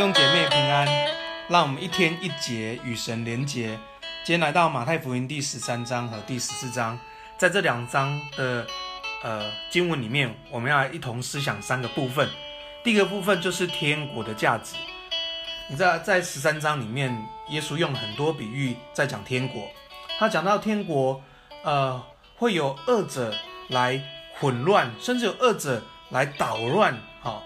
兄姐妹平安，让我们一天一节与神连结。今天来到马太福音第13章和第14章，在这2章的经文里面，我们要来一同思想3个部分。第一个部分就是天国的价值。你在13章里面，耶稣用了很多比喻在讲天国。他讲到天国，会有恶者来混乱，甚至有恶者来捣乱。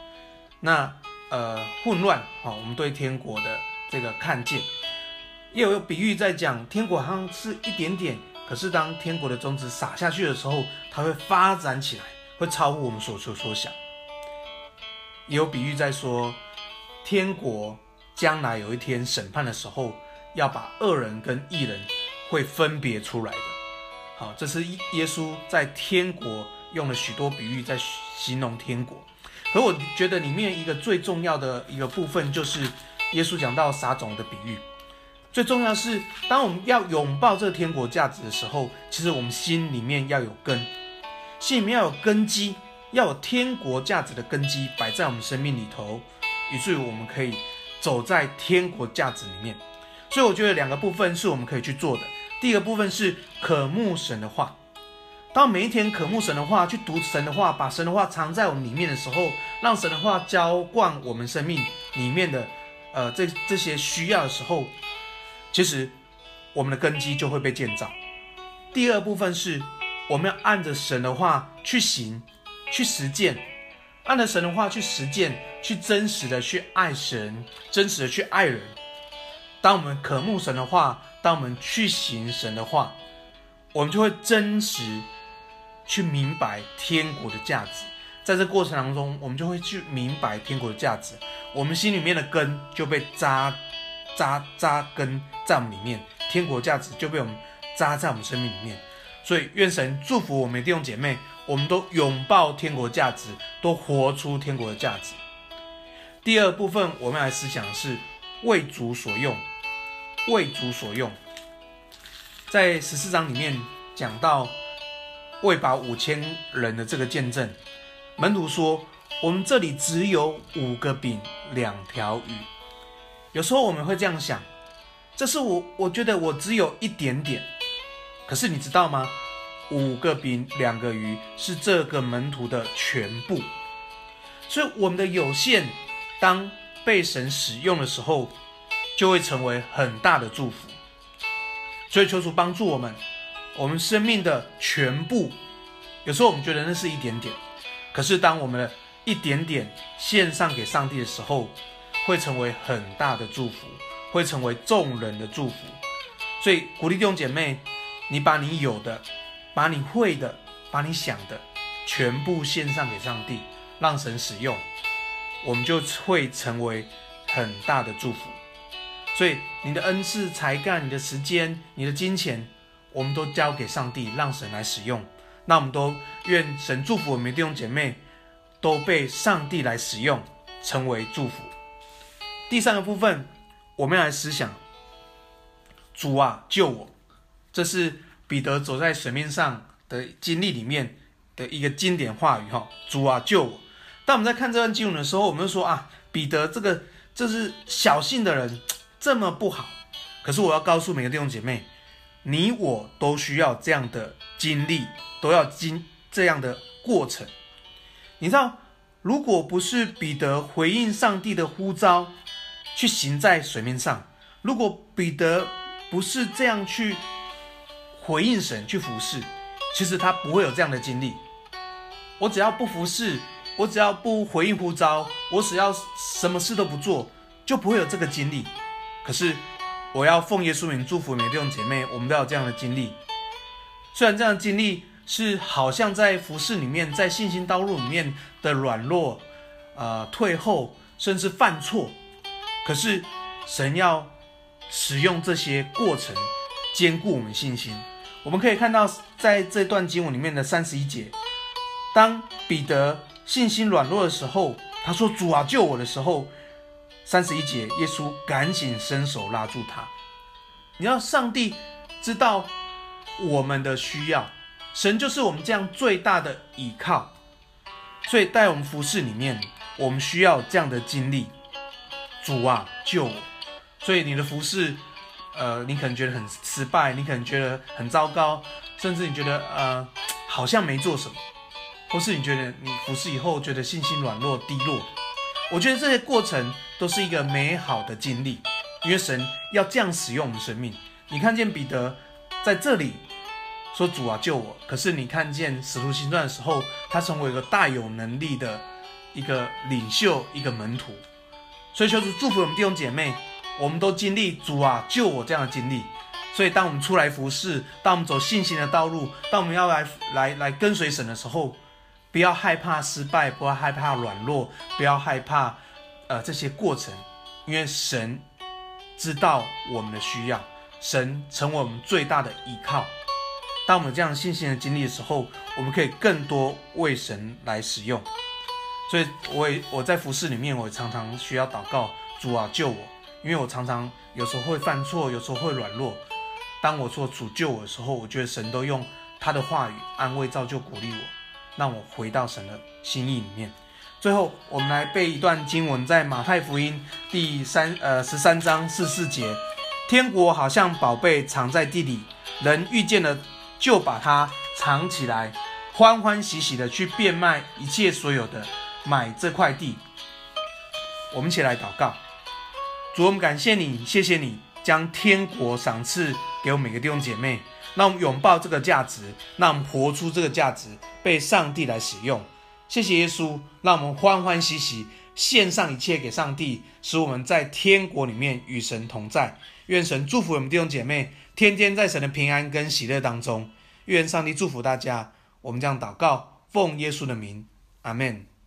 混乱，我们对天国的这个看见，也有比喻在讲天国好像是一点点，可是当天国的种子撒下去的时候，它会发展起来，会超乎我们所想。也有比喻在说，天国将来有一天审判的时候，要把恶人跟义人会分别出来的。好，这是耶稣在天国用了许多比喻在形容天国。可我觉得里面一个最重要的一个部分，就是耶稣讲到撒种的比喻。最重要的是，当我们要拥抱这个天国价值的时候，其实我们心里面要有根，心里面要有根基，要有天国价值的根基摆在我们生命里头，以至于我们可以走在天国价值里面。所以我觉得2个部分是我们可以去做的。第一个部分是渴慕神的话。当每一天渴慕神的话，去读神的话，把神的话藏在我们里面的时候，让神的话浇灌我们生命里面的这些需要的时候，其实我们的根基就会被建造。第二部分是我们要按着神的话去行，去实践，按着神的话去实践，去真实的去爱神，真实的去爱人。当我们渴慕神的话，当我们去行神的话，我们就会真实去明白天国的价值。在这过程当中，我们就会去明白天国的价值，我们心里面的根就被扎根在我们里面，天国价值就被我们扎在我们生命里面。所以愿神祝福我们的弟兄姐妹，我们都拥抱天国价值，都活出天国的价值。第二部分我们来思想的是为主所用。为主所用，在14章里面讲到喂饱5000人的这个见证，门徒说我们这里只有5个饼2条鱼。有时候我们会这样想，这是我觉得我只有一点点，可是你知道吗？5个饼2个鱼是这个门徒的全部。所以我们的有限，当被神使用的时候，就会成为很大的祝福。所以求主帮助我们，我们生命的全部，有时候我们觉得那是一点点，可是当我们的一点点献上给上帝的时候，会成为很大的祝福，会成为众人的祝福。所以鼓励弟兄姐妹，你把你有的，把你会的，把你想的全部献上给上帝，让神使用，我们就会成为很大的祝福。所以你的恩赐、才干、你的时间、你的金钱，我们都交给上帝，让神来使用。那我们都愿神祝福我们的弟兄姐妹，都被上帝来使用，成为祝福。第3个部分，我们来思想主啊救我。这是彼得走在水面上的经历里面的一个经典话语，主啊救我。当我们在看这段经文的时候，我们就说彼得这是小信的人，这么不好。可是我要告诉每个弟兄姐妹，你我都需要这样的经历，都要这样的过程。你知道，如果不是彼得回应上帝的呼召，去行在水面上，如果彼得不是这样去回应神，去服侍，其实他不会有这样的经历。我只要不服侍，我只要不回应呼召，我只要什么事都不做，就不会有这个经历。可是我要奉耶稣名祝福每个弟兄姐妹，我们都有这样的经历。虽然这样的经历是好像在服事里面，在信心道路里面的软弱、退后，甚至犯错，可是神要使用这些过程坚固我们信心。我们可以看到在这段经文里面的31节，当彼得信心软弱的时候，他说主啊救我的时候，31节耶稣赶紧伸手拉住他。你知道上帝知道我们的需要，神就是我们这样最大的依靠。所以在我们服事里面，我们需要这样的经历。 主啊，救我。所以你的服事，你可能觉得很失败，你可能觉得很糟糕，甚至你觉得好像没做什么，或是你觉得你服事以后觉得信心软弱低落。我觉得这些过程都是一个美好的经历，因为神要这样使用我们的生命。你看见彼得在这里说主啊救我，可是你看见使徒行传的时候，他成为一个大有能力的一个领袖，一个门徒。所以求主祝福我们弟兄姐妹，我们都经历主啊救我这样的经历。所以当我们出来服事，当我们走信心的道路，当我们要来跟随神的时候，不要害怕失败，不要害怕软弱，不要害怕这些过程，因为神知道我们的需要，神成为我们最大的依靠。当我们有这样信心的经历的时候，我们可以更多为神来使用。所以我在服事里面，我常常需要祷告，主啊救我，因为我常常有时候会犯错，有时候会软弱。当我说主救我的时候，我觉得神都用他的话语安慰、造就、鼓励我，让我回到神的心意里面。最后，我们来背一段经文，在马太福音第13章44节：天国好像宝贝藏在地里，人遇见了就把它藏起来，欢欢喜喜的去变卖一切所有的，买这块地。我们一起来祷告。主，我们感谢你，谢谢你将天国赏赐给我们每个弟兄姐妹，让我们拥抱这个价值，让我们活出这个价值，被上帝来使用。谢谢耶稣，让我们欢欢喜喜献上一切给上帝，使我们在天国里面与神同在。愿神祝福我们弟兄姐妹，天天在神的平安跟喜乐当中。愿上帝祝福大家。我们这样祷告，奉耶稣的名，阿们。